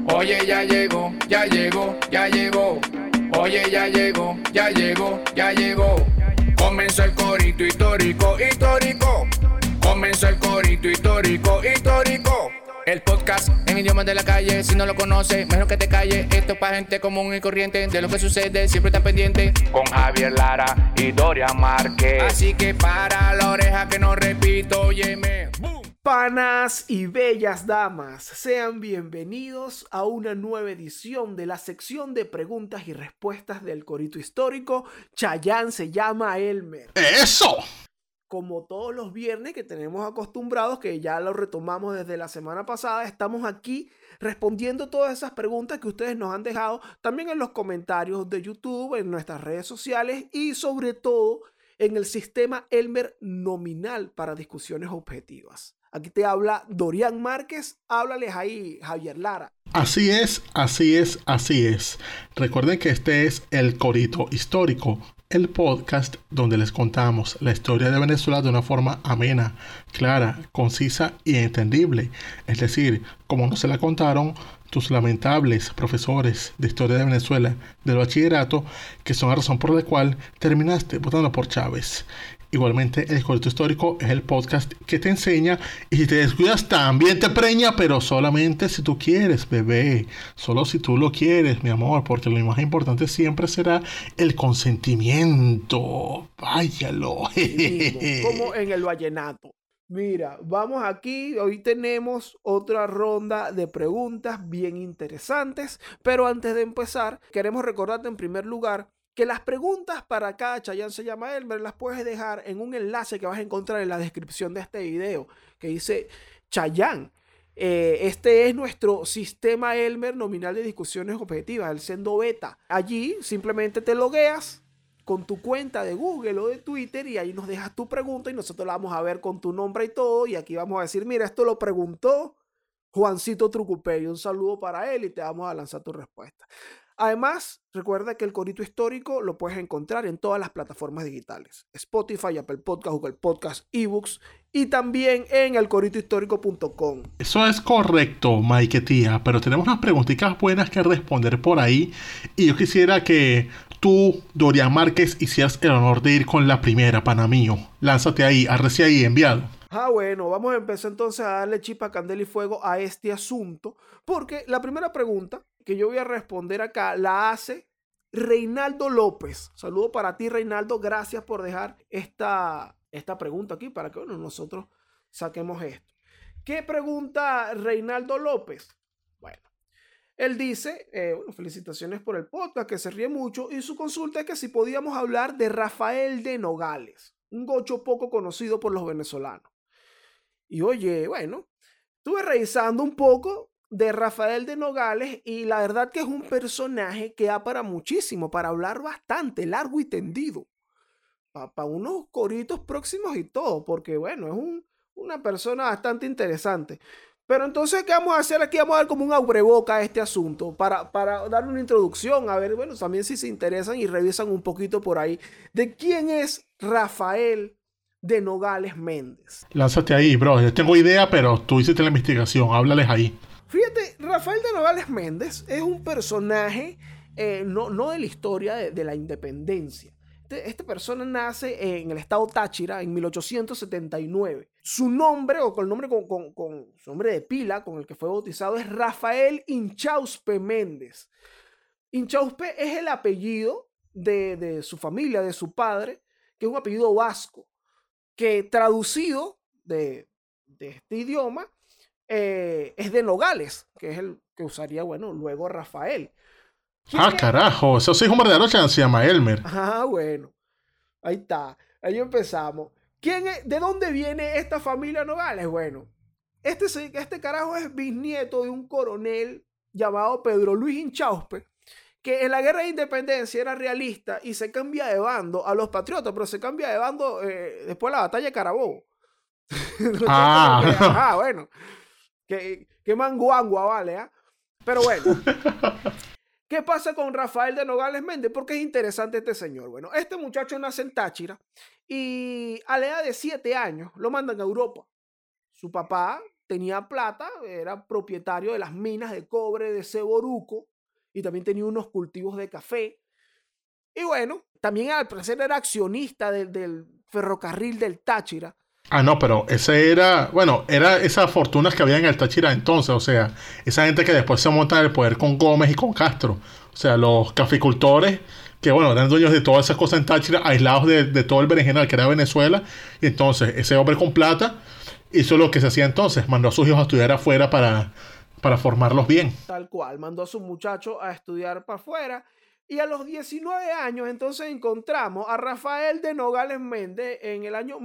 Oye, ya llegó, ya llegó, ya llegó. Oye, ya llegó, ya llegó, ya llegó. Comenzó el corito histórico, histórico. Comenzó el corito histórico, histórico. El podcast en idiomas de la calle. Si no lo conoces, mejor que te calles. Esto es para gente común y corriente. De lo que sucede, siempre está pendiente. Con Javier Lara y Dorian Márquez. Así que para la oreja que no repito, óyeme. ¡Bum! Panas y bellas damas, sean bienvenidos a una nueva edición de la sección de preguntas y respuestas del Corito Histórico. Chayanne se llama Elmer. ¡Eso! Como todos los viernes que tenemos acostumbrados, que ya lo retomamos desde la semana pasada, estamos aquí respondiendo todas esas preguntas que ustedes nos han dejado, también en los comentarios de YouTube, en nuestras redes sociales y sobre todo en el sistema Elmer nominal para discusiones objetivas. Aquí te habla Dorian Márquez, háblales ahí, Javier Lara. Así es, así es, así es. Recuerden que este es el Corito Histórico, el podcast donde les contamos la historia de Venezuela de una forma amena, clara, concisa y entendible. Es decir, como no se la contaron tus lamentables profesores de historia de Venezuela del bachillerato, que son la razón por la cual terminaste votando por Chávez. Igualmente, el Corito Histórico es el podcast que te enseña, y si te descuidas también te preña, pero solamente si tú quieres, bebé. Solo si tú lo quieres, mi amor, porque lo más importante siempre será el consentimiento. Váyalo. Sí, como en el vallenato. Mira, vamos aquí, hoy tenemos otra ronda de preguntas bien interesantes, pero antes de empezar, queremos recordarte en primer lugar que las preguntas para cada Chayanne se llama Elmer las puedes dejar en un enlace que vas a encontrar en la descripción de este video, que dice Chayanne. Este es nuestro sistema Elmer nominal de discusiones objetivas, el Sendo Beta. Allí simplemente te logueas con tu cuenta de Google o de Twitter y ahí nos dejas tu pregunta y nosotros la vamos a ver con tu nombre y todo, y aquí vamos a decir, mira, esto lo preguntó Juancito Trucupey, un saludo para él y te vamos a lanzar tu respuesta. Además, recuerda que el Corito Histórico lo puedes encontrar en todas las plataformas digitales. Spotify, Apple Podcast, Google Podcast, eBooks y también en elcoritohistórico.com. Eso es correcto, Mike tía, pero tenemos unas preguntitas buenas que responder por ahí, y yo quisiera que tú, Dorian Márquez, hicieras el honor de ir con la primera, pana mío. Lánzate ahí, arrece ahí, enviado. Bueno, vamos a empezar entonces a darle chispa, candela y fuego a este asunto, porque la primera pregunta que yo voy a responder acá la hace Reinaldo López. Saludo para ti, Reinaldo, gracias por dejar esta pregunta aquí para que nosotros saquemos esto. ¿Qué pregunta Reinaldo López? Bueno, él dice, felicitaciones por el podcast, que se ríe mucho, y su consulta es que si podíamos hablar de Rafael de Nogales, un gocho poco conocido por los venezolanos. Y oye, bueno, estuve revisando un poco de Rafael de Nogales y la verdad que es un personaje que da para muchísimo, para hablar bastante largo y tendido, para unos coritos próximos y todo, porque bueno, es una persona bastante interesante. Pero entonces, ¿qué vamos a hacer aquí? Vamos a dar como un abreboca a este asunto para dar una introducción, a ver, bueno, también si se interesan y revisan un poquito por ahí de quién es Rafael de Nogales Méndez. Lánzate ahí, bro. Yo tengo idea, pero tú hiciste la investigación. Háblales ahí. Fíjate, Rafael de Nogales Méndez es un personaje no de la historia de la independencia. Esta persona nace en el estado Táchira en 1879. Su nombre, o con el nombre con su nombre de pila, con el que fue bautizado, es Rafael Inchauspe Méndez. Inchauspe es el apellido de su familia, de su padre, que es un apellido vasco, que traducido de este idioma es de Nogales, que es el que usaría, bueno, luego Rafael. Carajo, eso sí es un verdadero chance, se llama Elmer. Bueno, ahí está, ahí empezamos. ¿De dónde viene esta familia Nogales? Bueno, este carajo es bisnieto de un coronel llamado Pedro Luis Inchauspe, que en la guerra de independencia era realista y se cambia de bando a los patriotas, pero se cambia de bando después de la batalla de Carabobo. Bueno, que manguangua, vale, ¿eh? Pero bueno, ¿qué pasa con Rafael de Nogales Méndez? Porque es interesante este señor. Bueno, este muchacho nace en Táchira y a la edad de 7 años lo mandan a Europa. Su papá tenía plata, era propietario de las minas de cobre de Seboruco y también tenía unos cultivos de café. Y bueno, también al parecer era accionista del ferrocarril del Táchira. Ah, no, pero ese era, bueno, era esas fortunas que había en el Táchira entonces, o sea, esa gente que después se monta en el poder con Gómez y con Castro, o sea, los caficultores que, bueno, eran dueños de todas esas cosas en Táchira, aislados de todo el berenjenal que era Venezuela, y entonces ese hombre con plata hizo lo que se hacía entonces, mandó a sus hijos a estudiar afuera para formarlos bien. Tal cual, mandó a su muchacho a estudiar para afuera. Y a los 19 años entonces encontramos a Rafael de Nogales Méndez en el año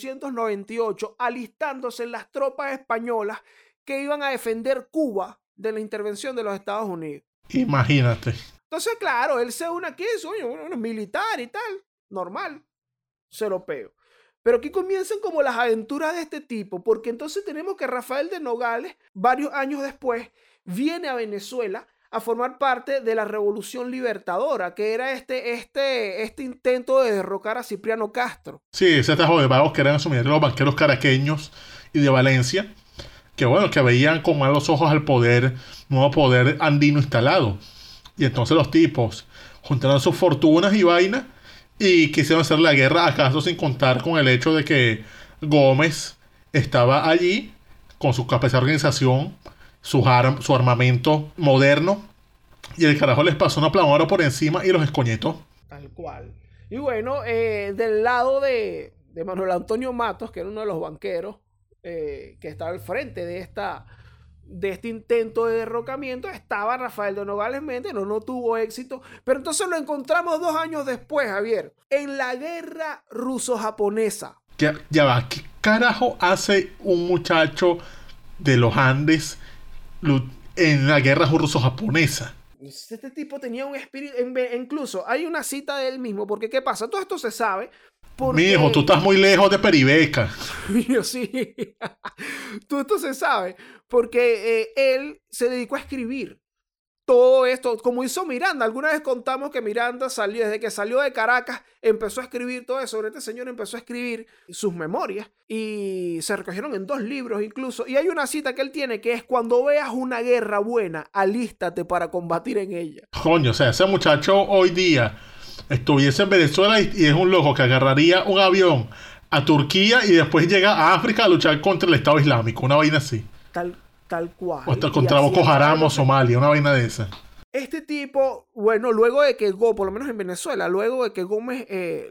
1898 alistándose en las tropas españolas que iban a defender Cuba de la intervención de los Estados Unidos. Imagínate. Entonces, claro, él se une aquí, es militar y tal, normal, cero peo. Pero aquí comienzan como las aventuras de este tipo, porque entonces tenemos que Rafael de Nogales, varios años después, viene a Venezuela a formar parte de la Revolución Libertadora, que era este intento de derrocar a Cipriano Castro. Sí, ese tajo de vagos que eran asumir los banqueros caraqueños y de Valencia, que bueno, que veían con malos ojos al nuevo poder andino instalado. Y entonces los tipos juntaron sus fortunas y vainas y quisieron hacer la guerra a Castro sin contar con el hecho de que estaba allí con su capacidad de organización, su armamento moderno, y el carajo les pasó una planadora por encima y los escoñetó. Tal cual. Y bueno, del lado de Manuel Antonio Matos, que era uno de los banqueros que estaba al frente de este intento de derrocamiento, estaba Rafael de Nogales Méndez, no tuvo éxito, pero entonces lo encontramos 2 años después, Javier, en la guerra ruso-japonesa. Ya va, ¿qué carajo hace un muchacho de los Andes en la guerra ruso-japonesa? Este tipo tenía un espíritu, incluso hay una cita de él mismo, porque ¿qué pasa? Todo esto se sabe porque... Mijo, tú estás muy lejos de Peribeca. Yo sí. Todo esto se sabe porque él se dedicó a escribir todo esto, como hizo Miranda. Alguna vez contamos que Miranda desde que salió de Caracas, empezó a escribir todo eso. Sobre este señor empezó a escribir sus memorias y se recogieron en 2 libros incluso. Y hay una cita que él tiene que es: cuando veas una guerra buena, alístate para combatir en ella. Coño, o sea, ese muchacho hoy día estuviese en Venezuela y es un loco que agarraría un avión a Turquía y después llega a África a luchar contra el Estado Islámico, una vaina así. Tal cual. O contra Boko Haram o Somalia, una vaina de esa. Este tipo, bueno, luego de que por lo menos en Venezuela, luego de que Gómez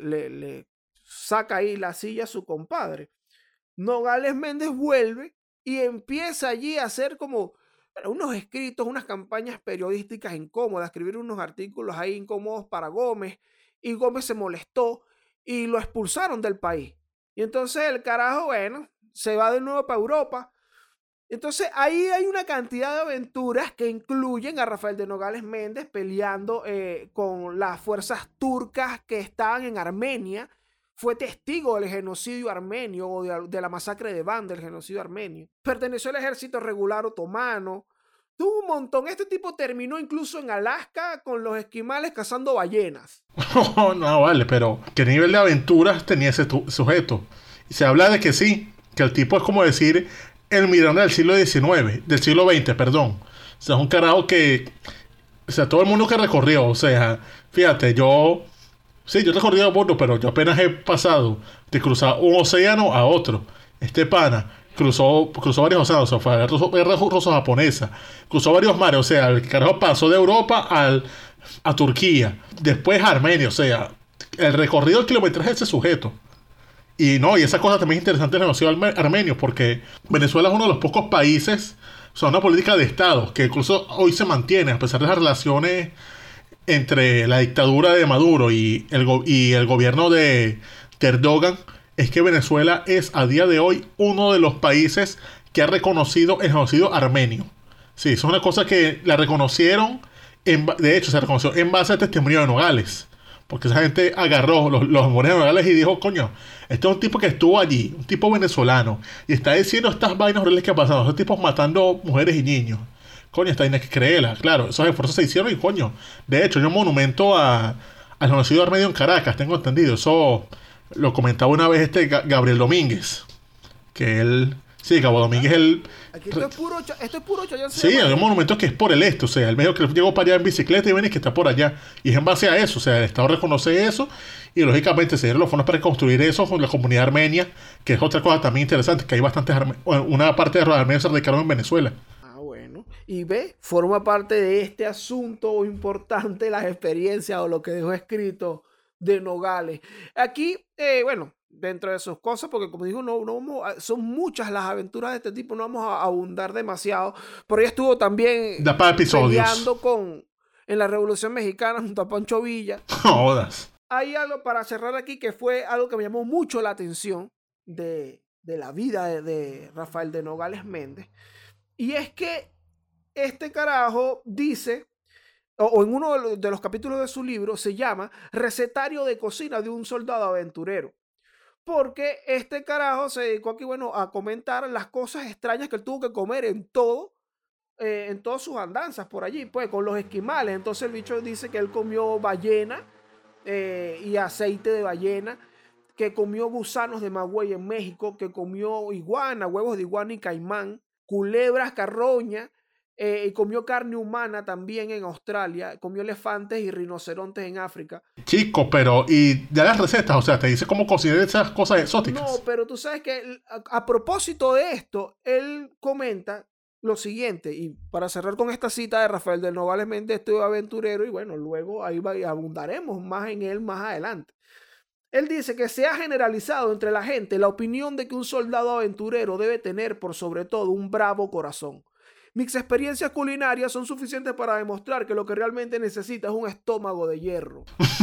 le saca ahí la silla a su compadre, Nogales Méndez vuelve y empieza allí a hacer como unos escritos, unas campañas periodísticas incómodas, escribir unos artículos ahí incómodos para Gómez, y Gómez se molestó y lo expulsaron del país. Y entonces el carajo, bueno, se va de nuevo para Europa. Entonces ahí hay una cantidad de aventuras que incluyen a Rafael de Nogales Méndez peleando con las fuerzas turcas que estaban en Armenia. Fue testigo del genocidio armenio o de la masacre de Van, del genocidio armenio. Perteneció al ejército regular otomano. Tuvo un montón. Este tipo terminó incluso en Alaska con los esquimales cazando ballenas. No, vale, pero ¿qué nivel de aventuras tenía ese sujeto? Y se habla de que sí, que el tipo es como decir el Miranda del siglo XIX, del siglo XX, perdón. O sea, es un carajo que... O sea, todo el mundo que recorrió, o sea, fíjate, yo he recorrido el mundo, pero yo apenas he pasado de cruzar un océano a otro. Este pana cruzó varios océanos, o sea, fue a la guerra ruso-japonesa, cruzó varios mares, o sea, el carajo pasó de Europa a Turquía, después a Armenia, o sea, el recorrido del kilometraje de ese sujeto. Y esa cosa también es interesante en el negocio armenio, porque Venezuela es uno de los pocos países, o sea, una política de Estado que incluso hoy se mantiene, a pesar de las relaciones entre la dictadura de Maduro y el gobierno de Erdogan, es que Venezuela es a día de hoy uno de los países que ha reconocido el genocidio armenio. Sí, es una cosa que la reconocieron, de hecho se reconoció en base al testimonio de Nogales. Porque esa gente agarró los memorias de Nogales y dijo, coño, este es un tipo que estuvo allí, un tipo venezolano, y está diciendo estas vainas horribles que pasaron, esos tipos matando mujeres y niños. Coño, esta vaina hay que creerla, claro, esos esfuerzos se hicieron y coño, de hecho, hay un monumento al genocidio armenio en Caracas, tengo entendido, eso lo comentaba una vez Gabriel Domínguez, que él Sí, Cabo Domínguez es el... Aquí esto es puro Chayán. Sí, hay un monumento que es por el este, o sea, el medio que llegó para allá en bicicleta y ven que está por allá. Y es en base a eso, o sea, el Estado reconoce eso y lógicamente se dieron los fondos para construir eso con la comunidad armenia, que es otra cosa también interesante, que hay bastantes una parte de los armenios se radicaron en Venezuela. Ah, bueno. Y ve, forma parte de este asunto importante las experiencias o lo que dejó escrito de Nogales. Aquí, bueno, dentro de sus cosas, porque como digo, no son muchas las aventuras de este tipo, no vamos a abundar demasiado, pero ella estuvo también peleando en la Revolución Mexicana junto a Pancho Villa. Jodas. Hay algo para cerrar aquí que fue algo que me llamó mucho la atención de la vida de Rafael de Nogales Méndez, y es que este carajo dice, o en uno de los capítulos de su libro se llama Recetario de cocina de un soldado aventurero. Porque este carajo se dedicó aquí, bueno, a comentar las cosas extrañas que él tuvo que comer en todas sus andanzas por allí, pues, con los esquimales. Entonces el bicho dice que él comió ballena y aceite de ballena, que comió gusanos de magüey en México, que comió iguana, huevos de iguana y caimán, culebras, carroña, y comió carne humana también en Australia, comió elefantes y rinocerontes en África. Chico, pero y ya las recetas, o sea, te dice cómo cocinar esas cosas exóticas. No, pero tú sabes que a propósito de esto, él comenta lo siguiente, y para cerrar con esta cita de Rafael de Nogales Méndez, este aventurero, y bueno, luego ahí abundaremos más en él más adelante. Él dice que se ha generalizado entre la gente la opinión de que un soldado aventurero debe tener por sobre todo un bravo corazón. Mis experiencias culinarias son suficientes para demostrar que lo que realmente necesita es un estómago de hierro.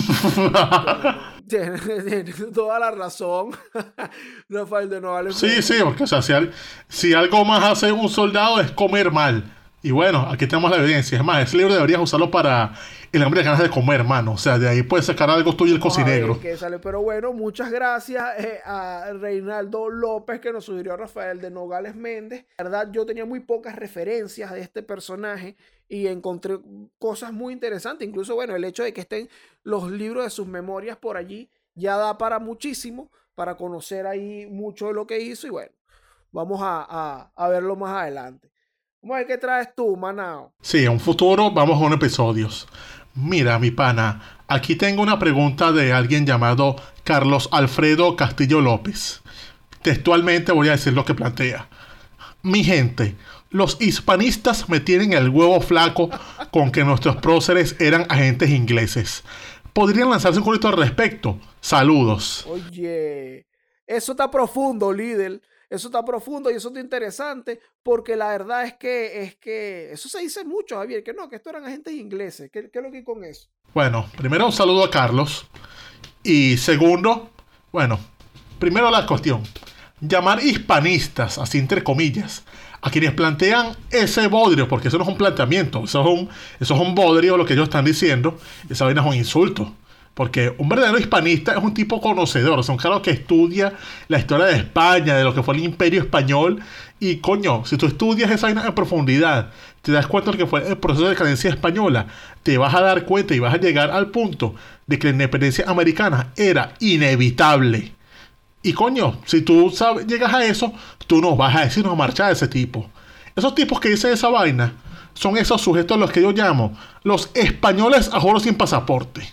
Tiene toda la razón, Rafael de Nogales. Sí, porque o sea, si algo más hace un soldado es comer mal. Y bueno, aquí tenemos la evidencia. Es más, ese libro deberías usarlo para el hambre de ganas de comer, hermano. O sea, de ahí puedes sacar algo tuyo el cocinegro. Pero bueno, muchas gracias a Reinaldo López que nos sugirió a Rafael de Nogales Méndez. La verdad, yo tenía muy pocas referencias de este personaje y encontré cosas muy interesantes. Incluso, bueno, el hecho de que estén los libros de sus memorias por allí ya da para muchísimo, para conocer ahí mucho de lo que hizo. Y bueno, vamos a verlo más adelante. Vamos a ver qué traes tú, Manao. Sí, en un futuro vamos con episodios. Mira, mi pana, aquí tengo una pregunta de alguien llamado Carlos Alfredo Castillo López. Textualmente voy a decir lo que plantea. Mi gente, los hispanistas me tienen el huevo flaco con que nuestros próceres eran agentes ingleses. ¿Podrían lanzarse un curito al respecto? Saludos. Oye, eso está profundo, líder. Eso está profundo y eso está interesante, porque la verdad es que eso se dice mucho, Javier, que no, que estos eran agentes ingleses. ¿Qué es lo que hay con eso? Bueno, primero un saludo a Carlos. Y segundo, bueno, primero la cuestión. Llamar hispanistas, así entre comillas, a quienes plantean ese bodrio, porque eso no es un planteamiento, eso es un bodrio lo que ellos están diciendo, esa vaina es un insulto. Porque un verdadero hispanista es un tipo conocedor, o sea, un caro que estudia la historia de España, de lo que fue el Imperio Español. Y coño, si tú estudias esa vaina en profundidad, te das cuenta de lo que fue el proceso de decadencia española, te vas a dar cuenta y vas a llegar al punto de que la independencia americana era inevitable. Y coño, si tú llegas a eso, tú no vas a decirnos marchar de ese tipo. Esos tipos que dicen esa vaina son esos sujetos a los que yo llamo los españoles a juro sin pasaporte.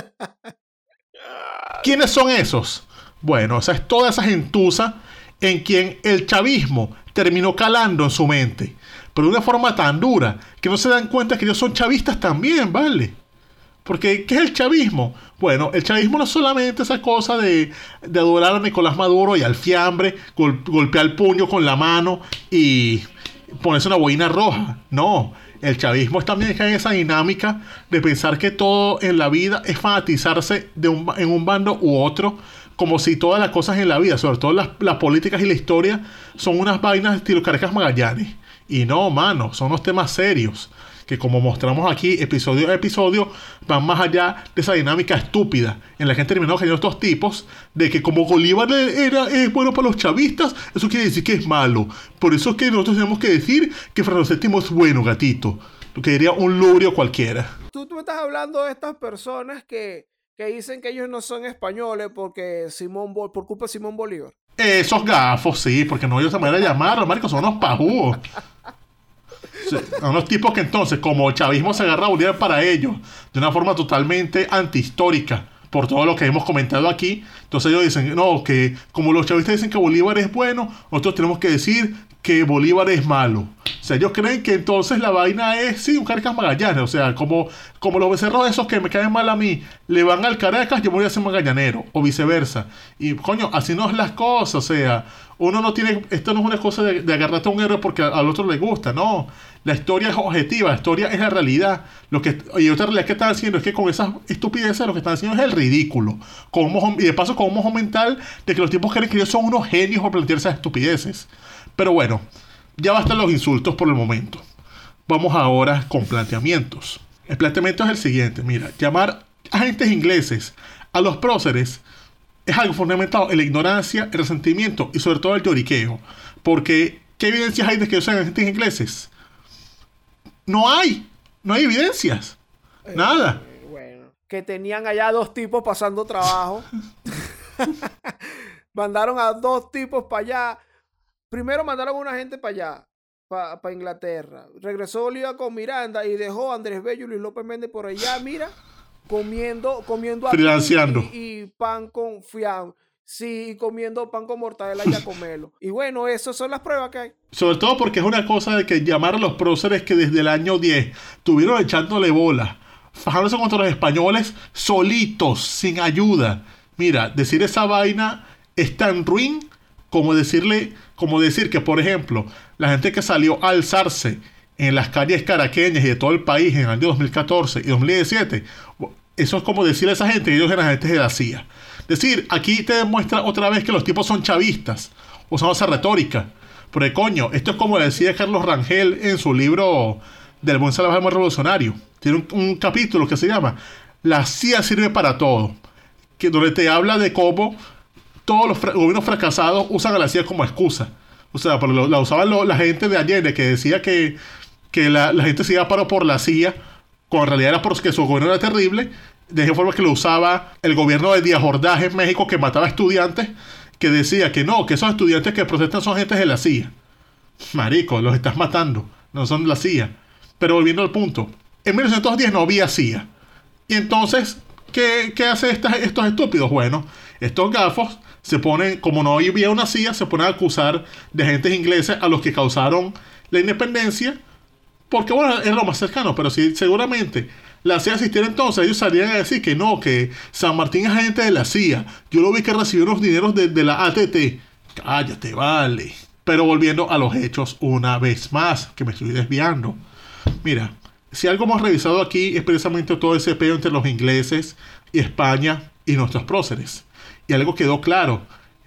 ¿Quiénes son esos? Bueno, esa es toda esa gentuza en quien el chavismo terminó calando en su mente, pero de una forma tan dura que no se dan cuenta que ellos son chavistas también, ¿vale? Porque, ¿qué es el chavismo? Bueno, el chavismo no es solamente esa cosa de adorar a Nicolás Maduro y al fiambre, golpear el puño con la mano y ponerse una boina roja. No, el chavismo es también esa dinámica de pensar que todo en la vida es fanatizarse en un bando u otro, como si todas las cosas en la vida, sobre todo las políticas y la historia, son unas vainas estilo Caracas Magallanes. Y no, mano, son unos temas serios, que como mostramos aquí, episodio a episodio, van más allá de esa dinámica estúpida en la que han terminado cayendo estos tipos, de que como Bolívar es bueno para los chavistas, eso quiere decir que es malo. Por eso es que nosotros tenemos que decir que Fernando VII es bueno, gatito. Lo que diría un lubrio cualquiera. Tú me estás hablando de estas personas que dicen que ellos no son españoles porque por culpa de Simón Bolívar. Esos gafos, sí, porque no hay otra manera de llamarlos, marico, son unos pajúos. A unos tipos que entonces, como el chavismo se agarra a Bolívar para ellos, de una forma totalmente antihistórica, por todo lo que hemos comentado aquí, entonces ellos dicen, no, que como los chavistas dicen que Bolívar es bueno, nosotros tenemos que decir que Bolívar es malo. O sea, ellos creen que entonces la vaina es, sí, un Caracas Magallanes, o sea, como los becerros esos que me caen mal a mí, le van al Caracas, yo me voy a hacer magallanero, o viceversa. Y, coño, así no es las cosas, o sea, uno no tiene, esto no es una cosa de agarrarte a un héroe porque al otro le gusta, no. La historia es objetiva, la historia es la realidad. Y otra realidad que están haciendo es que con esas estupideces lo que están haciendo es el ridículo. Y de paso con un mojo mental de que los tipos creen que ellos son unos genios por plantear esas estupideces. Pero bueno, ya bastan los insultos por el momento. Vamos ahora con planteamientos. El planteamiento es el siguiente. Mira, llamar agentes ingleses a los próceres es algo fundamentado en la ignorancia, el resentimiento y sobre todo el lloriqueo. Porque, ¿qué evidencias hay de que ellos sean agentes ingleses? No hay evidencias. Nada. Bueno, que tenían allá 2 tipos pasando trabajo. Mandaron a 2 tipos para allá. Primero mandaron a una gente para allá, para Inglaterra. Regresó Bolívar con Miranda y dejó a Andrés Bello y Luis López Méndez por allá, mira, comiendo y pan con fiambre. Sí, y comiendo pan con mortadela y a comerlo. Y bueno, esas son las pruebas que hay. Sobre todo porque es una cosa de que llamar a los próceres que desde el año 10 estuvieron echándole bola, fajándose contra los españoles solitos, sin ayuda. Mira, decir esa vaina es tan ruin como decir que, por ejemplo, la gente que salió a alzarse en las calles caraqueñas y de todo el país en el año 2014 y 2017, eso es como decirle a esa gente que ellos eran agentes de la CIA. Decir, aquí te demuestra otra vez que los tipos son chavistas, usando esa retórica. Pero coño, esto es como decía Carlos Rangel en su libro Del buen salvaje más revolucionario. Tiene un capítulo que se llama La CIA sirve para todo, donde te habla de cómo todos los gobiernos fracasados usan a la CIA como excusa. O sea, la usaban la gente de Allende, que decía que la gente se iba a paro por la CIA, cuando en realidad era porque su gobierno era terrible. De esa forma que lo usaba el gobierno de Díaz Ordaz en México, que mataba estudiantes, que decía que no, que esos estudiantes que protestan son agentes de la CIA. Marico, los estás matando, no son de la CIA. Pero volviendo al punto, en 1910 no había CIA. Y entonces, ¿qué hacen estos estúpidos? Bueno, estos gafos se ponen, como no había una CIA, se ponen a acusar de agentes ingleses a los que causaron la independencia, porque bueno, era lo más cercano, pero sí, seguramente la CIA existiera entonces, ellos salían a decir que no, que San Martín es agente de la CIA. Yo lo vi que recibió unos dineros de la ATT. Cállate, vale. Pero volviendo a los hechos una vez más, que me estoy desviando. Mira, si algo hemos revisado aquí es precisamente todo ese peo entre los ingleses y España y nuestros próceres. Y algo quedó claro,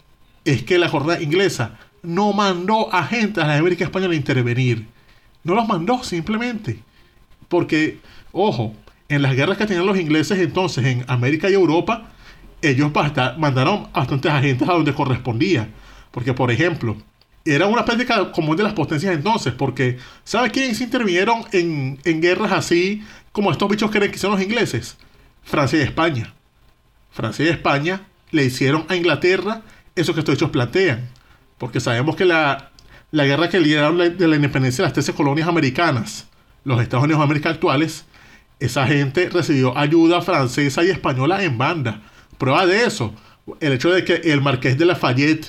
es que la jornada inglesa no mandó agentes a la América Española a intervenir. No los mandó simplemente. Porque, ojo, en las guerras que tenían los ingleses entonces en América y Europa, ellos mandaron bastantes agentes a donde correspondía. Porque, por ejemplo, era una práctica común de las potencias entonces, porque ¿sabe quiénes intervinieron en guerras así como estos bichos que son los ingleses? Francia y España. Francia y España le hicieron a Inglaterra eso que estos hechos plantean. Porque sabemos que la guerra que lideraron de la independencia de las 13 colonias americanas, los Estados Unidos de América actuales, esa gente recibió ayuda francesa y española en banda. Prueba de eso, el hecho de que el marqués de Lafayette,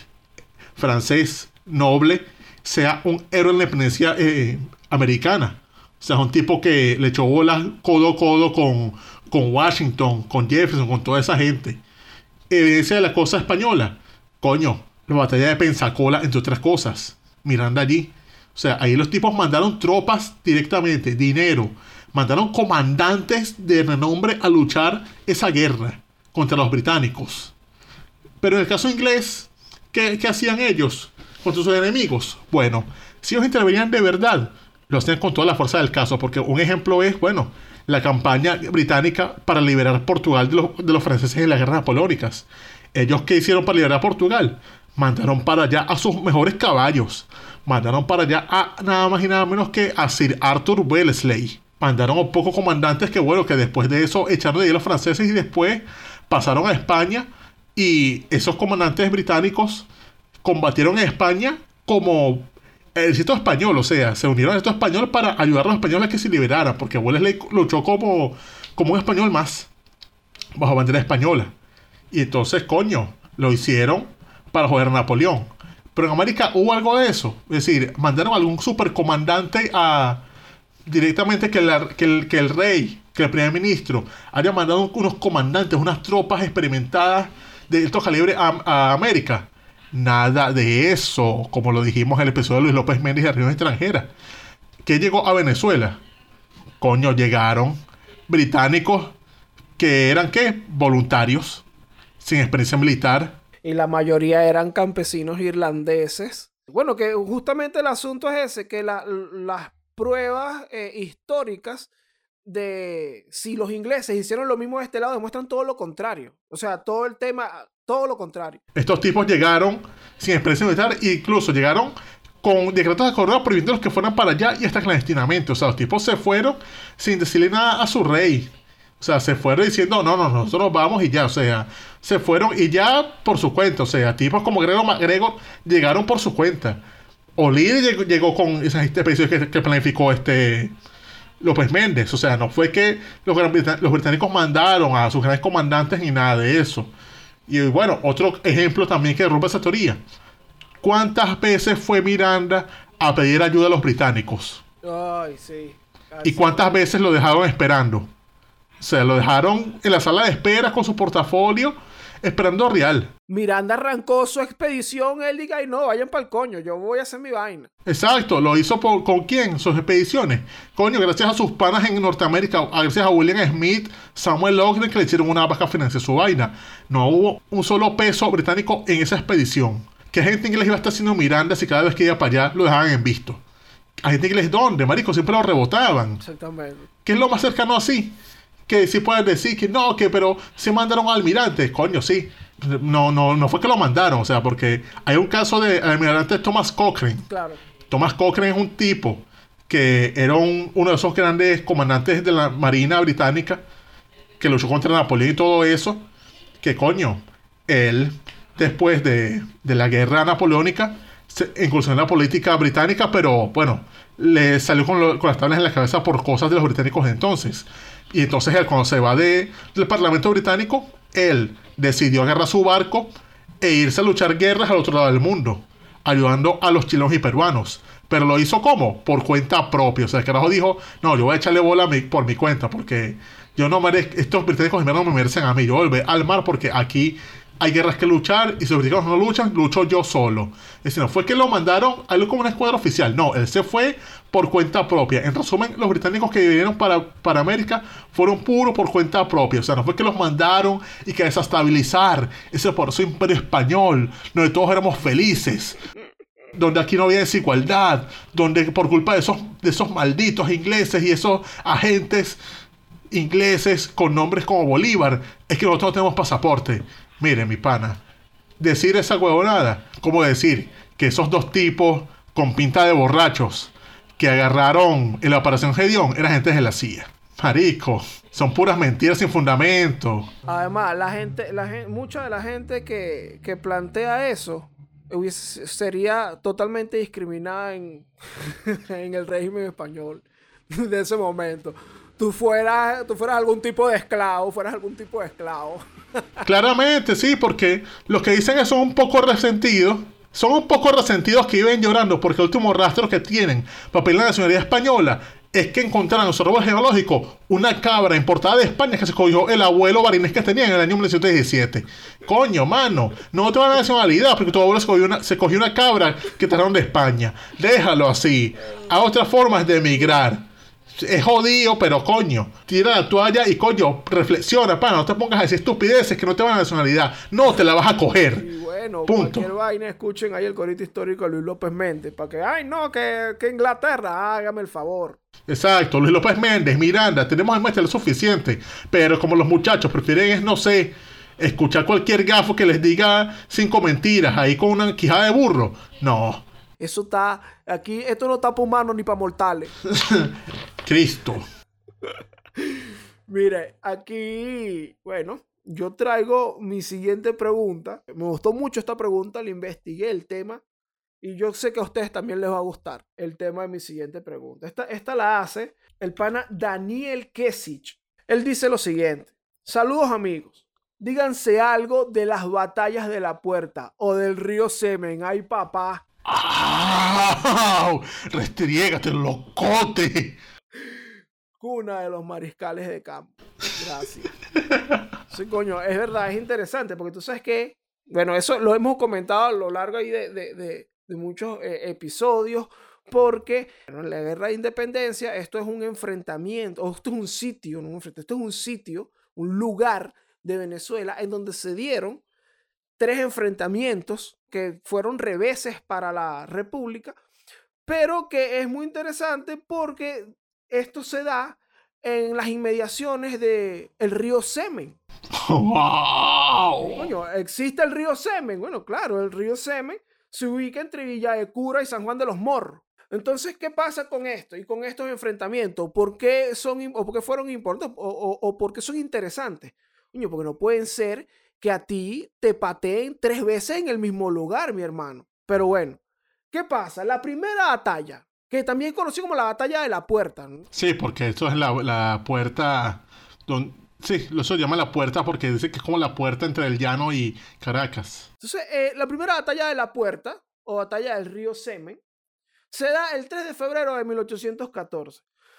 francés, noble, sea un héroe de la independencia americana. O sea, es un tipo que le echó bolas codo a codo con Washington, con Jefferson, con toda esa gente. Evidencia de la cosa española. Coño, la batalla de Pensacola, entre otras cosas. Miranda allí. O sea, ahí los tipos mandaron tropas directamente, dinero. Mandaron comandantes de renombre a luchar esa guerra contra los británicos. Pero en el caso inglés, ¿qué hacían ellos contra sus enemigos? Bueno, si ellos intervenían de verdad, lo hacían con toda la fuerza del caso. Porque un ejemplo es, bueno, la campaña británica para liberar Portugal de los franceses en las guerras napoleónicas. ¿Ellos qué hicieron para liberar Portugal? Mandaron para allá a sus mejores caballos. Mandaron para allá a nada más y nada menos que a Sir Arthur Wellesley. Mandaron a pocos comandantes que, bueno, que después de eso echaron de ahí a los franceses y después pasaron a España. Y esos comandantes británicos combatieron en España como el ejército español, o sea, se unieron al ejército español para ayudar a los españoles a que se liberaran, porque Wellesley luchó como un español más, bajo bandera española. Y entonces, coño, lo hicieron para joder a Napoleón. Pero en América hubo algo de eso. Es decir, mandaron a algún supercomandante directamente que el rey, que el primer ministro, haya mandado unos comandantes, unas tropas experimentadas de alto calibre a América. Nada de eso, como lo dijimos en el episodio de Luis López Méndez de Regiones Extranjeras. ¿Qué llegó a Venezuela? Coño, llegaron británicos que eran, ¿qué? Voluntarios, sin experiencia militar. Y la mayoría eran campesinos irlandeses. Bueno, que justamente el asunto es ese, que las pruebas históricas de si los ingleses hicieron lo mismo de este lado demuestran todo lo contrario. O sea, todo el tema, todo lo contrario. Estos tipos llegaron sin experiencia militar e incluso llegaron con decretos de correo prohibiendo los que fueran para allá y hasta clandestinamente. O sea, los tipos se fueron sin decirle nada a su rey. O sea, se fueron diciendo, no, nosotros vamos y ya. O sea, se fueron y ya por su cuenta. O sea, tipos como Gregor MacGregor llegaron por su cuenta. O'Leary llegó con esas expediciones que planificó López Méndez. O sea, no fue que los británicos mandaron a sus grandes comandantes ni nada de eso. Y bueno, otro ejemplo también que rompe esa teoría. ¿Cuántas veces fue Miranda a pedir ayuda a los británicos? Ay, sí. ¿Y cuántas veces lo dejaron esperando? O sea, lo dejaron en la sala de espera con su portafolio esperando a Real. Miranda arrancó su expedición, él diga, ay no, vayan para el coño, yo voy a hacer mi vaina. Exacto, lo hizo ¿con quién? Sus expediciones. Coño, gracias a sus panas en Norteamérica, gracias a William Smith, Samuel Lockwood, que le hicieron una vaca financiera su vaina. No hubo un solo peso británico en esa expedición. ¿Qué gente inglés iba a estar haciendo Miranda si cada vez que iba para allá lo dejaban en visto? Agente inglés, ¿dónde? Marico, siempre lo rebotaban. Exactamente. ¿Qué es lo más cercano así? Que si puedes decir que no, pero se mandaron al almirante. Coño, sí. No fue que lo mandaron, o sea, porque hay un caso del almirante Thomas Cochrane. Claro. Thomas Cochrane es un tipo que era uno de esos grandes comandantes de la Marina Británica que luchó contra Napoleón y todo eso. Que coño, él, después de la guerra napoleónica, se incursionó en la política británica, pero bueno, le salió con las tablas en la cabeza por cosas de los británicos de entonces. Y entonces él, cuando se va del Parlamento británico, él decidió agarrar su barco e irse a luchar guerras al otro lado del mundo, ayudando a los chilenos y peruanos. Pero lo hizo ¿cómo? Por cuenta propia. O sea, el carajo dijo, no, yo voy a echarle bola por mi cuenta, porque yo no merezco, estos británicos no me merecen a mí. Yo volveré al mar porque aquí hay guerras que luchar y si los británicos no luchan, lucho yo solo. Es decir, no fue que lo mandaron a él como una escuadra oficial, no, él se fue por cuenta propia. En resumen, los británicos que vinieron para América fueron puros por cuenta propia. O sea, no fue que los mandaron y que desestabilizar ese poderoso imperio español, donde todos éramos felices, donde aquí no había desigualdad, donde por culpa de esos malditos ingleses y esos agentes ingleses con nombres como Bolívar, es que nosotros no tenemos pasaporte. Mire, mi pana, decir esa huevonada, como decir que esos dos tipos con pinta de borrachos que agarraron en la operación Gedeón eran agentes de la CIA. Marico, son puras mentiras sin fundamento. Además, mucha de la gente que plantea eso sería totalmente discriminada en el régimen español de ese momento. Tú fueras algún tipo de esclavo, Claramente, sí, porque los que dicen que son un poco resentidos que viven llorando porque el último rastro que tienen para pedir la nacionalidad española es que encontraron en su árbol genealógico una cabra importada de España que se cogió el abuelo barinés que tenía en el año 1917. Coño, mano, no te van a nacionalidad porque tu abuelo se cogió una cabra que trajeron de España. Déjalo así. Hay otras formas de emigrar. Es jodido, pero coño, tira la toalla y coño, reflexiona, pana, no te pongas a decir estupideces que no te van a nacionalidad. No te la vas a coger. Y bueno, punto. Cualquier vaina, escuchen ahí el corito histórico de Luis López Méndez, para que, ay no, que Inglaterra, hágame el favor. Exacto, Luis López Méndez, Miranda, tenemos el material suficiente, pero como los muchachos prefieren, no sé, escuchar cualquier gafo que les diga 5 mentiras ahí con una quijada de burro, no. Eso está, aquí, esto no está para humanos ni para mortales. Cristo. Mire, aquí, bueno, yo traigo mi siguiente pregunta. Me gustó mucho esta pregunta, le investigué el tema y yo sé que a ustedes también les va a gustar el tema de mi siguiente pregunta. Esta la hace el pana Daniel Kesich. Él dice lo siguiente: saludos amigos, díganse algo de las batallas de la Puerta o del río Semen. Ay papá. ¡Ah! ¡Restriégate, locote! Cuna de los mariscales de campo. Gracias. Sí, coño, es verdad, es interesante, porque tú sabes que, bueno, eso lo hemos comentado a lo largo ahí de muchos episodios, porque bueno, en la guerra de independencia esto es un enfrentamiento, o esto es un sitio, no un enfrentamiento, esto es un sitio, un lugar de Venezuela en donde se dieron 3 enfrentamientos que fueron reveses para la República, pero que es muy interesante porque esto se da en las inmediaciones del río Semen. ¡Wow! Coño, ¿existe el río Semen? Bueno, claro, el río Semen se ubica entre Villa de Cura y San Juan de los Morros. Entonces, ¿qué pasa con esto y con estos enfrentamientos? ¿Por qué fueron importantes o por qué son interesantes? Coño, porque no pueden ser que a ti te pateen 3 veces en el mismo lugar, mi hermano. Pero bueno, ¿qué pasa? La primera batalla, que también es conocida como la batalla de la Puerta, ¿no? Sí, porque esto es la puerta. Sí, eso se llama la puerta porque dice que es como la puerta entre el llano y Caracas. Entonces, la primera batalla de la Puerta, o batalla del río Semen, se da el 3 de febrero de 1814.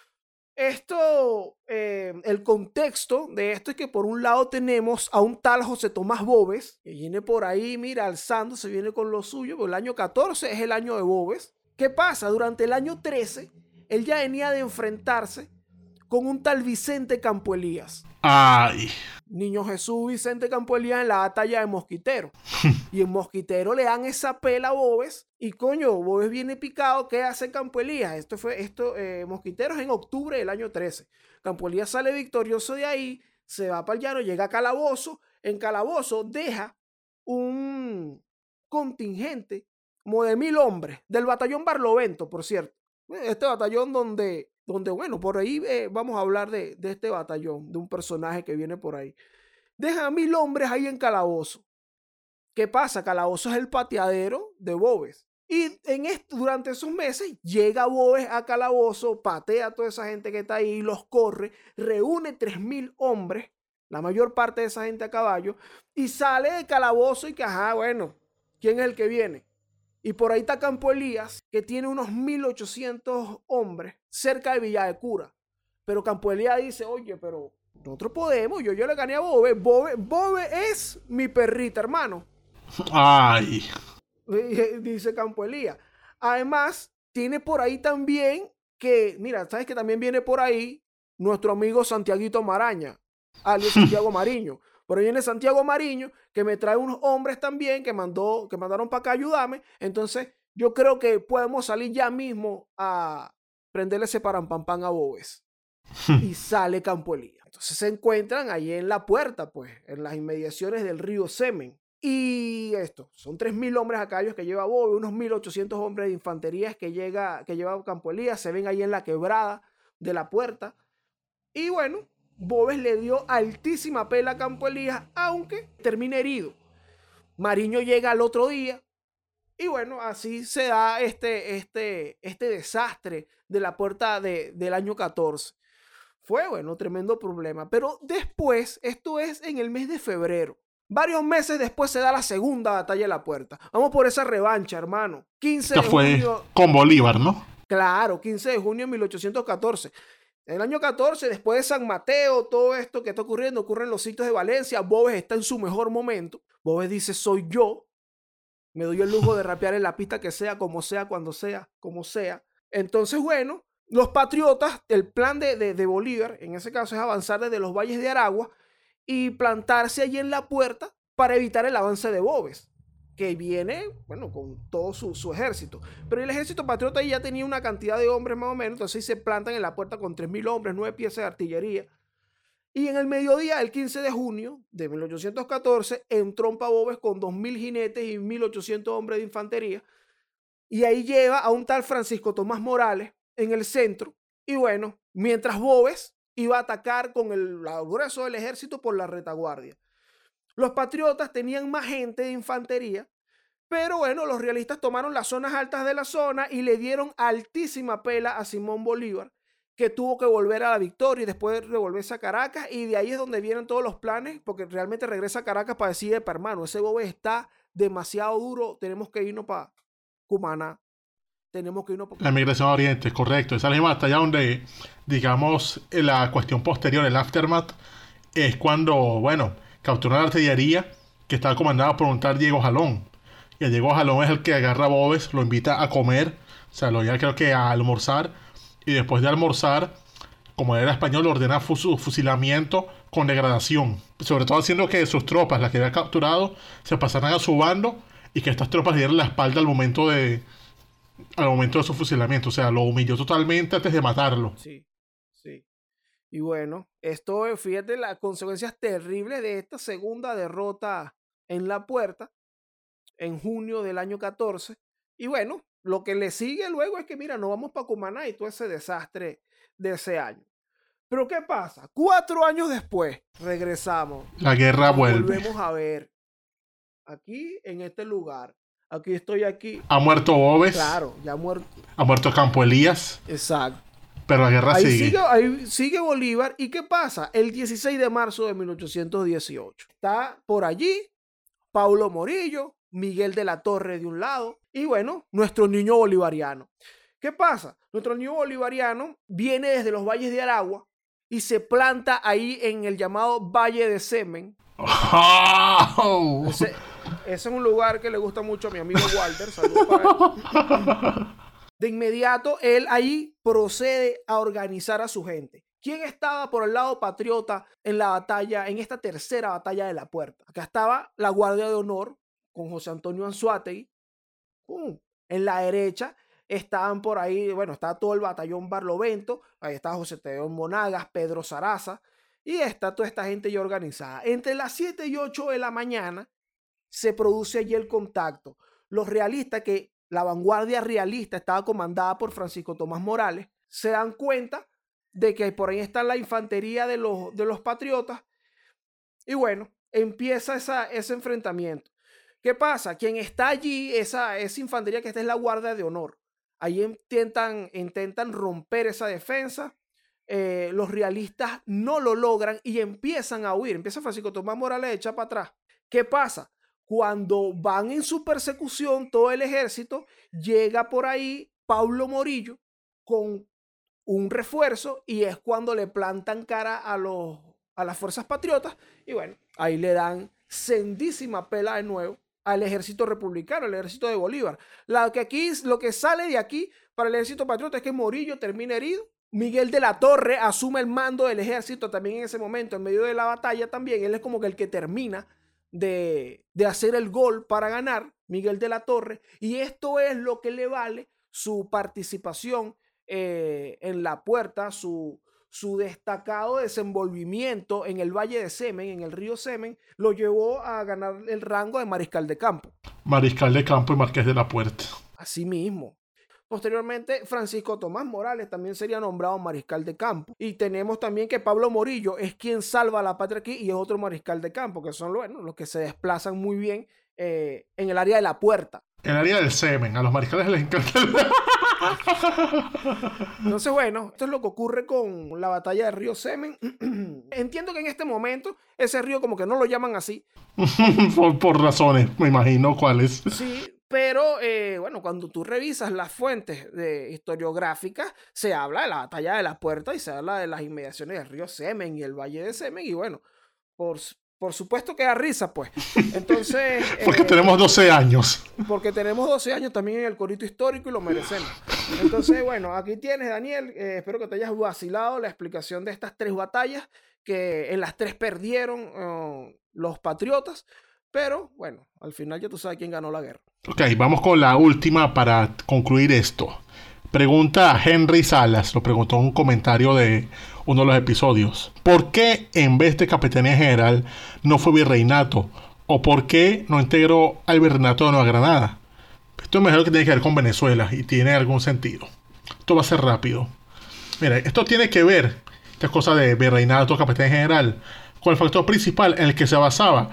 Esto, el contexto de esto es que por un lado tenemos a un tal José Tomás Boves, que viene por ahí, mira, alzándose, viene con lo suyo, porque el año 14 es el año de Boves. ¿Qué pasa? Durante el año 13, él ya venía de enfrentarse con un tal Vicente Campo Elías. ¡Ay! Niño Jesús Vicente Campo Elías en la batalla de Mosquitero. Y en Mosquitero le dan esa pela a Boves. Y coño, Boves viene picado. ¿Qué hace Campo Elías? Mosquitero es en octubre del año 13. Campo Elías sale victorioso de ahí, se va para el llano, llega a Calabozo. En Calabozo deja un contingente como de 1000 hombres, del batallón Barlovento, por cierto. Este batallón donde bueno, por ahí vamos a hablar de este batallón, de un personaje que viene por ahí. Deja a 1000 hombres ahí en Calabozo. ¿Qué pasa? Calabozo es el pateadero de Boves. Y durante esos meses llega Boves a Calabozo, patea a toda esa gente que está ahí, los corre, reúne 3000 hombres, la mayor parte de esa gente a caballo, y sale de Calabozo y que, ajá, bueno, ¿quién es el que viene? Y por ahí está Campo Elías, que tiene unos 1800 hombres cerca de Villa de Cura. Pero Campo Elías dice, oye, pero nosotros podemos, yo le gané a Boves. Boves es mi perrita, hermano. ¡Ay! Dice Campo Elías. Además, tiene por ahí también que, mira, ¿sabes que también viene por ahí nuestro amigo Santiaguito Maraña, alias Santiago Mariño? Por ahí viene Santiago Mariño, que me trae unos hombres también que mandaron para acá a ayudarme. Entonces, yo creo que podemos salir ya mismo a prenderle ese parampampán a Boves. Y sale Campo Elías. Entonces se encuentran ahí en la Puerta, pues, en las inmediaciones del río Semen. Y esto, son 3000 hombres a caballos que lleva Boves, unos 1800 hombres de infantería que lleva Campo Elías. Se ven ahí en la quebrada de la Puerta. Y bueno, Boves le dio altísima pela a Campo Elías, aunque termina herido. Mariño llega al otro día y bueno, así se da este desastre de la Puerta del año 14. Fue, bueno, tremendo problema. Pero después, esto es en el mes de febrero. Varios meses después se da la segunda batalla de la Puerta. Vamos por esa revancha, hermano. 15 de junio. Fue con Bolívar, ¿no? Claro, 15 de junio de 1814. En el año 14, después de San Mateo, todo esto que está ocurriendo, ocurre en los sitios de Valencia. Boves está en su mejor momento. Boves dice, soy yo. Me doy el lujo de rapear en la pista que sea, como sea, cuando sea, como sea. Entonces, bueno, los patriotas, el plan de Bolívar, en ese caso, es avanzar desde los valles de Aragua y plantarse allí en la Puerta para evitar el avance de Boves, que viene, bueno, con todo su ejército. Pero el ejército patriota ahí ya tenía una cantidad de hombres más o menos, entonces se plantan en la Puerta con 3000 hombres, 9 piezas de artillería. Y en el mediodía, el 15 de junio de 1814, entrompa Boves con 2000 jinetes y 1800 hombres de infantería. Y ahí lleva a un tal Francisco Tomás Morales en el centro. Y bueno, mientras Boves iba a atacar con el grueso del ejército por la retaguardia. Los patriotas tenían más gente de infantería, pero bueno, los realistas tomaron las zonas altas de la zona y le dieron altísima pela a Simón Bolívar, que tuvo que volver a la victoria y después devolverse a Caracas, y de ahí es donde vienen todos los planes, porque realmente regresa a Caracas para decir, hermano, ese bobe está demasiado duro, tenemos que irnos para Cumaná. Tenemos que irnos La migración a Oriente, correcto. Esa es la misma batalla donde, digamos, la cuestión posterior, el aftermath, es cuando, bueno, capturan la artillería que estaba comandada por un tal Diego Jalón. Y el Diego Jalón es el que agarra a Boves, lo invita a comer, o sea, lo lleva creo que a almorzar, y después de almorzar, como era español, ordena su fusilamiento con degradación. Sobre todo haciendo que sus tropas, las que había capturado, se pasaran a su bando y que estas tropas le dieran la espalda al momento de su fusilamiento. O sea, lo humilló totalmente antes de matarlo. Sí, sí. Y bueno, esto, fíjate las consecuencias terribles de esta segunda derrota en La Puerta, en junio del año 14. Y bueno, lo que le sigue luego es que, mira, nos vamos para Cumaná y todo ese desastre de ese año. Pero ¿qué pasa? 4 años después regresamos. La guerra vuelve. Volvemos a ver. Aquí, en este lugar. Aquí estoy aquí. Ha muerto Boves. Claro, ya ha muerto. Ha muerto Campo Elías. Exacto. Pero la guerra sigue. Ahí sigue Bolívar. ¿Y qué pasa? El 16 de marzo de 1818. Está por allí Paulo Morillo, Miguel de la Torre de un lado. Y bueno, nuestro niño bolivariano. ¿Qué pasa? Nuestro niño bolivariano viene desde los valles de Aragua y se planta ahí en el llamado Valle de Semen. Oh. Ese es un lugar que le gusta mucho a mi amigo Walter. Saludos para él. De inmediato, él ahí procede a organizar a su gente. ¿Quién estaba por el lado patriota en la batalla, en esta tercera batalla de La Puerta? Acá estaba la Guardia de Honor con José Antonio Anzoátegui. En la derecha estaban por ahí, bueno, estaba todo el batallón Barlovento, ahí estaba José Tadeo Monagas, Pedro Saraza, y está toda esta gente ya organizada. Entre las 7 y 8 de la mañana se produce allí el contacto. Los realistas, que la vanguardia realista estaba comandada por Francisco Tomás Morales, se dan cuenta de que por ahí está la infantería de los patriotas, y bueno, empieza ese enfrentamiento. ¿Qué pasa? Quien está allí, esa infantería que está es la Guardia de Honor. Ahí intentan romper esa defensa. Los realistas no lo logran y empiezan a huir. Empieza Francisco Tomás Morales a echar para atrás. ¿Qué pasa? Cuando van en su persecución todo el ejército, llega por ahí Paulo Morillo con un refuerzo y es cuando le plantan cara a las fuerzas patriotas y bueno, ahí le dan sendísima pela de nuevo al ejército republicano, al ejército de Bolívar. Lo que sale de aquí para el ejército patriota es que Morillo termina herido. Miguel de la Torre asume el mando del ejército también en ese momento, en medio de la batalla también. Él es como que el que termina de hacer el gol para ganar, Miguel de la Torre. Y esto es lo que le vale su participación en La Puerta, su destacado desenvolvimiento en el Valle de Semen, en el río Semen, lo llevó a ganar el rango de mariscal de campo. Mariscal de campo y marqués de la Puerta. Así mismo. Posteriormente, Francisco Tomás Morales también sería nombrado mariscal de campo. Y tenemos también que Pablo Morillo es quien salva a la patria aquí y es otro mariscal de campo, que son los que se desplazan muy bien en el área de La Puerta. El área del semen. A los mariscales les encanta Entonces, bueno, esto es lo que ocurre con la batalla del río Semen. Entiendo que en este momento ese río como que no lo llaman así. por razones, me imagino cuáles. Sí, pero bueno, cuando tú revisas las fuentes historiográficas, se habla de la batalla de La Puerta y se habla de las inmediaciones del río Semen y el Valle de Semen. Y bueno, por supuesto que da risa, pues. Entonces... porque tenemos 12 años. Porque tenemos 12 años también en el corito histórico y lo merecemos. Entonces, bueno, aquí tienes, Daniel. Espero que te hayas vacilado la explicación de estas 3 batallas, que en las 3 perdieron los patriotas. Pero, bueno, al final ya tú sabes quién ganó la guerra. Ok, vamos con la última para concluir esto. Pregunta Henry Salas, lo preguntó en un comentario de uno de los episodios. ¿Por qué en vez de Capitanía General no fue virreinato? ¿O por qué no integró al virreinato de Nueva Granada? Esto es mejor que tiene que ver con Venezuela y tiene algún sentido. Esto va a ser rápido. Mira, esto tiene que ver, esta cosa de virreinato, Capitanía General, con el factor principal en el que se basaba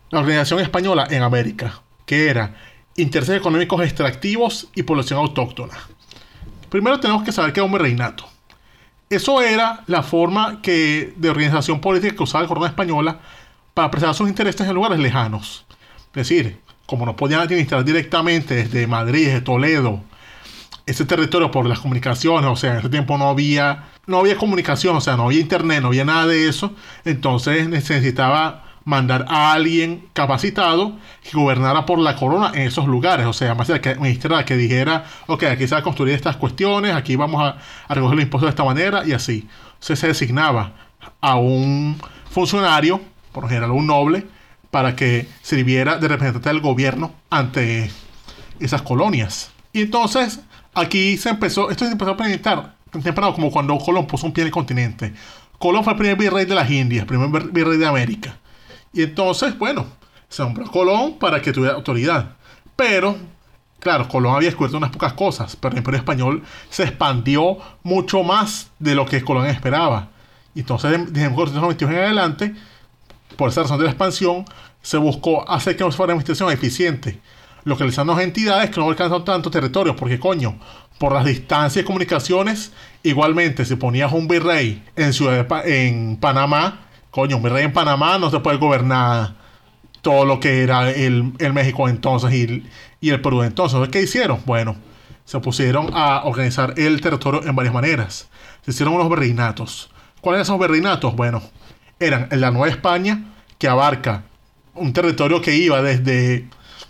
la organización española en América, que era intereses económicos extractivos y población autóctona. Primero tenemos que saber qué es un virreinato. Eso era la forma de organización política que usaba la corona española para preservar sus intereses en lugares lejanos. Es decir, como no podían administrar directamente desde Madrid, desde Toledo, ese territorio por las comunicaciones, o sea, en ese tiempo no había comunicación, o sea, no había internet, no había nada de eso, entonces necesitaba mandar a alguien capacitado que gobernara por la corona en esos lugares, o sea, más que administrar, que dijera, ok, aquí se va a construir estas cuestiones, aquí vamos a recoger los impuestos de esta manera, y así. Entonces se designaba a un funcionario, por lo general un noble, para que sirviera de representante del gobierno ante esas colonias. Y entonces aquí esto se empezó a implementar tan temprano como cuando Colón puso un pie en el continente. Colón fue el primer virrey de las Indias, el primer virrey de América. Y entonces, bueno, se nombró a Colón para que tuviera autoridad. Pero, claro, Colón había descubierto unas pocas cosas, pero el Imperio Español se expandió mucho más de lo que Colón esperaba. Y entonces, desde 1492 en adelante, por esa razón de la expansión, se buscó hacer que no fuera una administración eficiente, localizando a entidades que no alcanzan tanto territorio, porque coño, por las distancias y comunicaciones, igualmente si ponías un virrey en Panamá, coño, un virrey en Panamá no se puede gobernar todo lo que era el México entonces y el Perú entonces. Entonces, ¿qué hicieron? Bueno, se pusieron a organizar el territorio en varias maneras. Se hicieron unos virreinatos. ¿Cuáles eran esos virreinatos? Bueno, eran en la Nueva España, que abarca un territorio que iba desde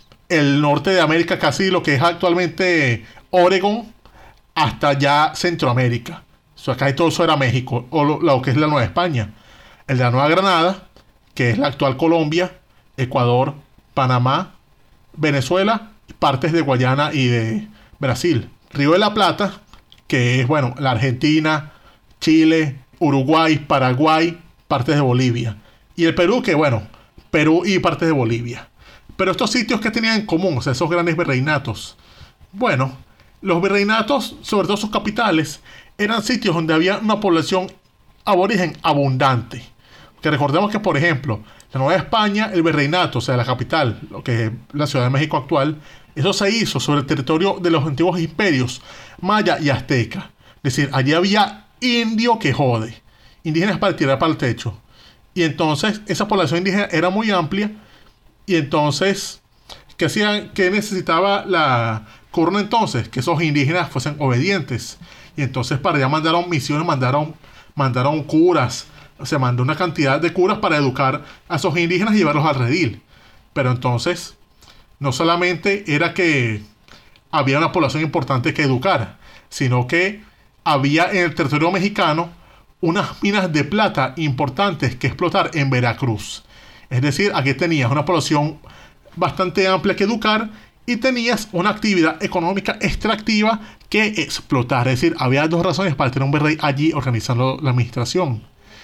el norte de América, casi lo que es actualmente Oregón, hasta ya Centroamérica. O sea, casi todo eso era México, o lo que es la Nueva España. El de la Nueva Granada, que es la actual Colombia, Ecuador, Panamá, Venezuela, partes de Guayana y de Brasil. Río de la Plata, que es, bueno, la Argentina, Chile, Uruguay, Paraguay, partes de Bolivia. Y el Perú, que bueno, Perú y partes de Bolivia. Pero estos sitios que tenían en común, o sea, esos grandes virreinatos. Bueno, los virreinatos, sobre todo sus capitales, eran sitios donde había una población aborigen abundante. Que recordemos que, por ejemplo, la Nueva España, el virreinato, o sea, la capital, lo que es la Ciudad de México actual, eso se hizo sobre el territorio de los antiguos imperios maya y azteca. Es decir, allí había indio que jode, indígenas para tirar para el techo. Y entonces esa población indígena era muy amplia. Y entonces, ¿qué hacían? ¿Qué necesitaba la corona entonces? Que esos indígenas fuesen obedientes. Y entonces para allá mandaron misiones, mandaron curas. Se mandó una cantidad de curas para educar a esos indígenas y llevarlos al redil. Pero entonces, no solamente era que había una población importante que educar, sino que había en el territorio mexicano unas minas de plata importantes que explotar en Veracruz. Es decir, aquí tenías una población bastante amplia que educar y tenías una actividad económica extractiva que explotar. Es decir, había dos razones para tener un virrey allí organizando la administración.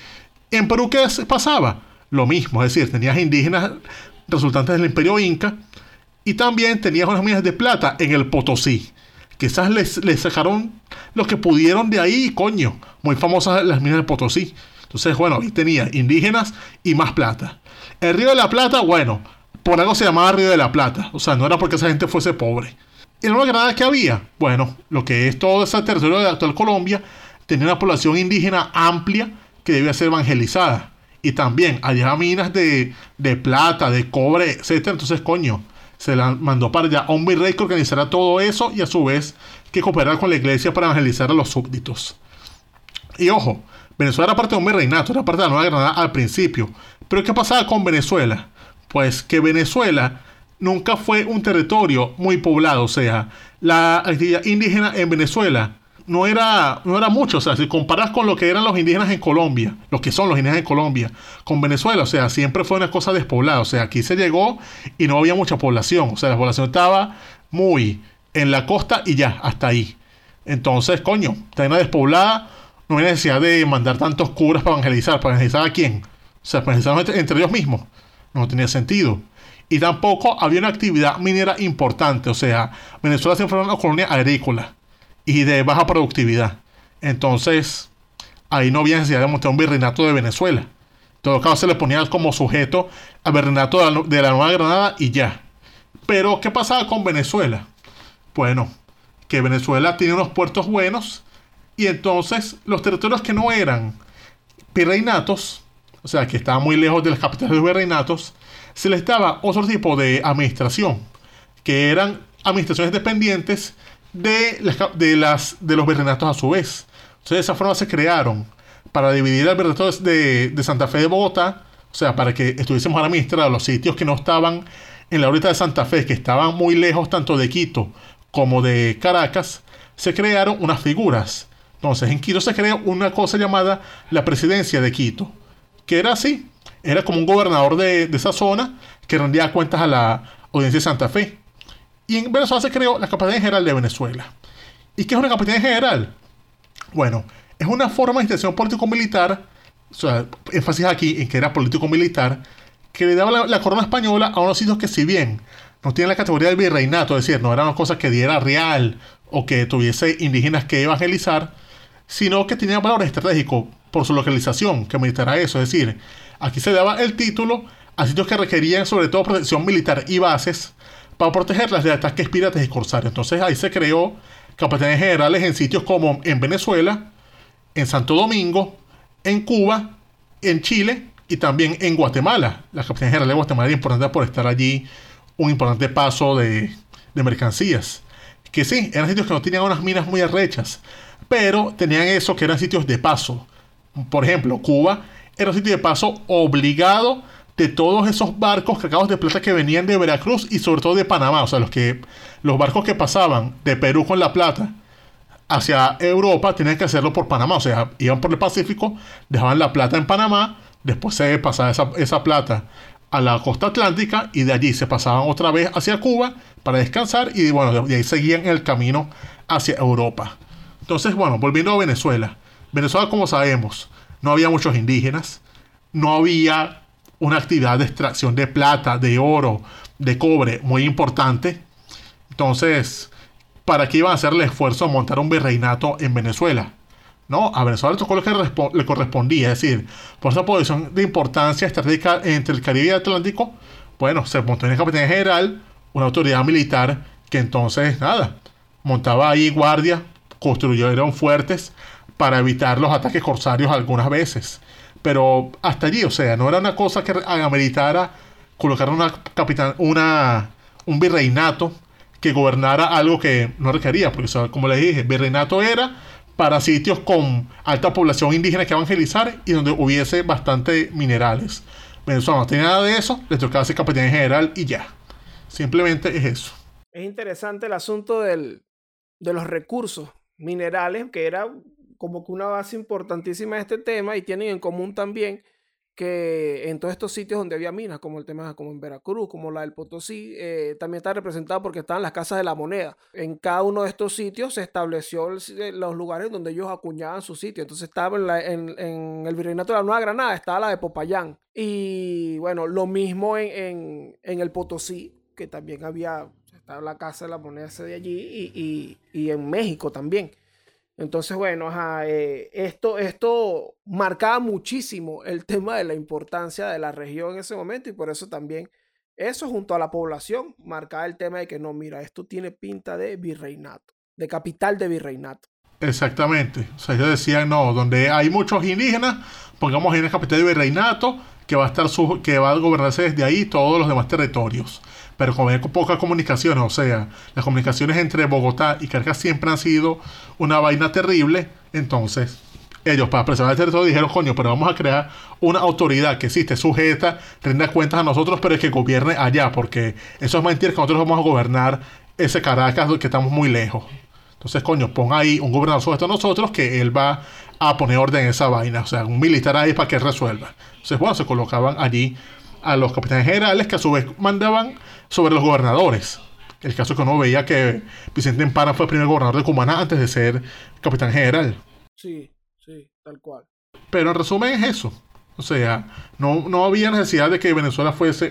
En Perú, ¿qué pasaba? Lo mismo, es decir, tenías indígenas resultantes del Imperio Inca y también tenías unas minas de plata en el Potosí. Quizás les sacaron lo que pudieron de ahí, coño. Muy famosas las minas de Potosí. Entonces, bueno, ahí tenía indígenas y más plata. El Río de la Plata, bueno, por algo se llamaba Río de la Plata. O sea, no era porque esa gente fuese pobre. ¿Y en Nueva Granada qué había? Bueno, lo que es todo ese territorio de la actual Colombia tenía una población indígena amplia que debía ser evangelizada. Y también había minas de plata, de cobre, etc. Entonces, coño, se la mandó para allá a un virrey que organizara todo eso y a su vez que cooperara con la iglesia para evangelizar a los súbditos. Y ojo, Venezuela era parte de un virreinato, era parte de la Nueva Granada al principio. Pero ¿qué pasaba con Venezuela? Pues que Venezuela nunca fue un territorio muy poblado. O sea, la actividad indígena en Venezuela no era mucho. O sea, si comparas con lo que eran los indígenas en Colombia, lo que son los indígenas en Colombia, con Venezuela, o sea, siempre fue una cosa despoblada. O sea, aquí se llegó y no había mucha población. O sea, la población estaba muy en la costa y ya, hasta ahí. Entonces, coño, está una despoblada, no hay necesidad de mandar tantos curas para evangelizar. ¿Para evangelizar a quién? O sea, para evangelizar entre ellos mismos. No tenía sentido. Y tampoco había una actividad minera importante. O sea, Venezuela siempre fue una colonia agrícola y de baja productividad. Entonces, ahí no había necesidad de montar un virreinato de Venezuela. todo caso se le ponía como sujeto al virreinato de la Nueva Granada y ya. Pero, ¿qué pasaba con Venezuela? Bueno, que Venezuela tiene unos puertos buenos y entonces los territorios que no eran virreinatos, o sea, que estaban muy lejos de las capitales de los virreinatos, se les daba otro tipo de administración, que eran administraciones dependientes de los virreinatos a su vez. Entonces, de esa forma se crearon para dividir el virreinato de Santa Fe de Bogotá, o sea, para que estuviésemos administrados los sitios que no estaban en la órbita de Santa Fe, que estaban muy lejos tanto de Quito como de Caracas, se crearon unas figuras. Entonces, en Quito se creó una cosa llamada la presidencia de Quito, que era así, era como un gobernador de esa zona que rendía cuentas a la audiencia de Santa Fe. Y en Venezuela se creó la Capitanía General de Venezuela. ¿Y qué es una Capitanía General? Bueno, es una forma de institución político-militar, o sea, énfasis aquí en que era político-militar, que le daba la corona española a unos sitios que, si bien no tienen la categoría del virreinato, es decir, no eran cosas que diera real o que tuviese indígenas que evangelizar, sino que tenían valor estratégico por su localización, que militará eso. Es decir, aquí se daba el título a sitios que requerían sobre todo protección militar y bases para protegerlas de ataques piratas y corsarios. Entonces ahí se creó capitanías generales en sitios como en Venezuela, en Santo Domingo, en Cuba, en Chile y también en Guatemala. La Capitanía General de Guatemala era importante por estar allí un importante paso de mercancías. Que sí, eran sitios que no tenían unas minas muy arrechas, pero tenían eso, que eran sitios de paso. Por ejemplo, Cuba era un sitio de paso obligado de todos esos barcos cargados de plata que venían de Veracruz y sobre todo de Panamá. O sea, los barcos que pasaban de Perú con la plata hacia Europa tenían que hacerlo por Panamá. O sea, iban por el Pacífico, dejaban la plata en Panamá, después se pasaba esa plata a la costa atlántica y de allí se pasaban otra vez hacia Cuba para descansar y bueno, de ahí seguían el camino hacia Europa. Entonces, bueno, volviendo a Venezuela. Venezuela, como sabemos, no había muchos indígenas, no había una actividad de extracción de plata, de oro, de cobre muy importante. Entonces, ¿para qué iban a hacer el esfuerzo de montar un virreinato en Venezuela? No, a Venezuela le tocó lo que le correspondía, es decir, por esa posición de importancia estratégica entre el Caribe y el Atlántico, bueno, se montó en la Capitanía General una autoridad militar que entonces, nada, montaba ahí guardia, construyeron fuertes para evitar los ataques corsarios algunas veces. Pero hasta allí, o sea, no era una cosa que ameritara colocar un virreinato que gobernara algo que no requería, porque, o sea, como les dije, virreinato era para sitios con alta población indígena que evangelizar y donde hubiese bastante minerales. Venezuela no tenía nada de eso, le tocaba ser Capitanía General y ya. Simplemente es eso. Es interesante el asunto de los recursos minerales, que era como que una base importantísima de este tema, y tienen en común también que en todos estos sitios donde había minas, como el tema como en Veracruz, como la del Potosí, también está representado porque estaban las casas de la moneda. En cada uno de estos sitios se estableció los lugares donde ellos acuñaban sus sitios. Entonces estaba en el Virreinato de la Nueva Granada, estaba la de Popayán. Y bueno, lo mismo en el Potosí, que también estaba la casa de la moneda de allí, y en México también. Entonces, bueno, esto marcaba muchísimo el tema de la importancia de la región en ese momento, y por eso también eso junto a la población marcaba el tema de que no, mira, esto tiene pinta de virreinato, de capital de virreinato. Exactamente. O sea, ellos decían, no, donde hay muchos indígenas, pongamos ahí en la capital de virreinato, que va a gobernarse desde ahí todos los demás territorios. Pero como hay pocas comunicaciones, o sea, las comunicaciones entre Bogotá y Caracas siempre han sido una vaina terrible. Entonces, ellos para preservar el territorio dijeron, coño, pero vamos a crear una autoridad que existe sujeta, rinda cuentas a nosotros, pero que gobierne allá, porque eso es mentira, que nosotros vamos a gobernar ese Caracas que estamos muy lejos. Entonces, coño, pon ahí un gobernador sujeto a nosotros, que él va a poner orden en esa vaina, o sea, un militar ahí para que resuelva. Entonces, bueno, se colocaban allí a los capitanes generales, que a su vez mandaban sobre los gobernadores. El caso que uno veía que Vicente Empana fue el primer gobernador de Cumaná antes de ser capitán general. Sí, tal cual. Pero en resumen es eso. O sea, no había necesidad de que Venezuela fuese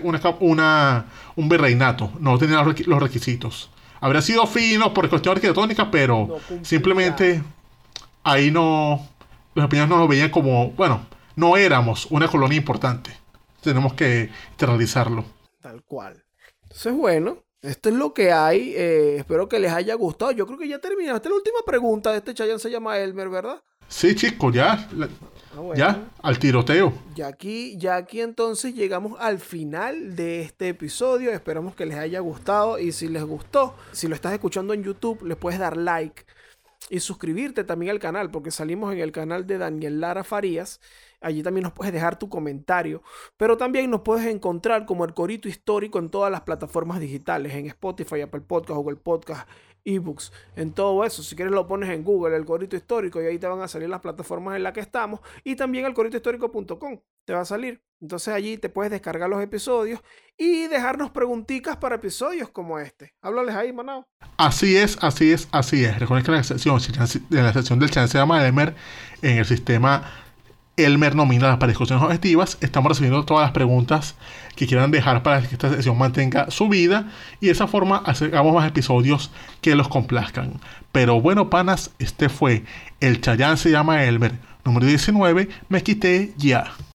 un virreinato. No tenía los requisitos. Habría sido fino por cuestión arquitectónica, pero no simplemente ahí no... Los españoles no lo veían como... Bueno, no éramos una colonia importante. Tenemos que internalizarlo. Tal cual. Entonces, bueno, esto es lo que hay. Espero que les haya gustado. Yo creo que ya terminaste. La última pregunta de este Chayanne se llama Elmer, ¿verdad? Sí, chicos, ya. Bueno. Ya, al tiroteo. Ya aquí entonces llegamos al final de este episodio. Esperamos que les haya gustado. Y si les gustó, si lo estás escuchando en YouTube, le puedes dar like y suscribirte también al canal, porque salimos en el canal de Daniel Lara Farías. Allí también nos puedes dejar tu comentario, pero también nos puedes encontrar como El Corito Histórico en todas las plataformas digitales, en Spotify, Apple Podcast, Google Podcast, eBooks, en todo eso. Si quieres lo pones en Google, El Corito Histórico, y ahí te van a salir las plataformas en las que estamos, y también elcoritohistórico.com te va a salir. Entonces allí te puedes descargar los episodios y dejarnos preguntitas para episodios como este. Háblales ahí, Manao. Así es. Recuerden que en la sección del Chayanne se llama Elmer, en el sistema Elmer nomina para discusiones objetivas. Estamos recibiendo todas las preguntas que quieran dejar para que esta sección mantenga su vida y de esa forma hagamos más episodios que los complazcan. Pero bueno, panas, este fue el Chayanne se llama Elmer número 19. Me quité ya.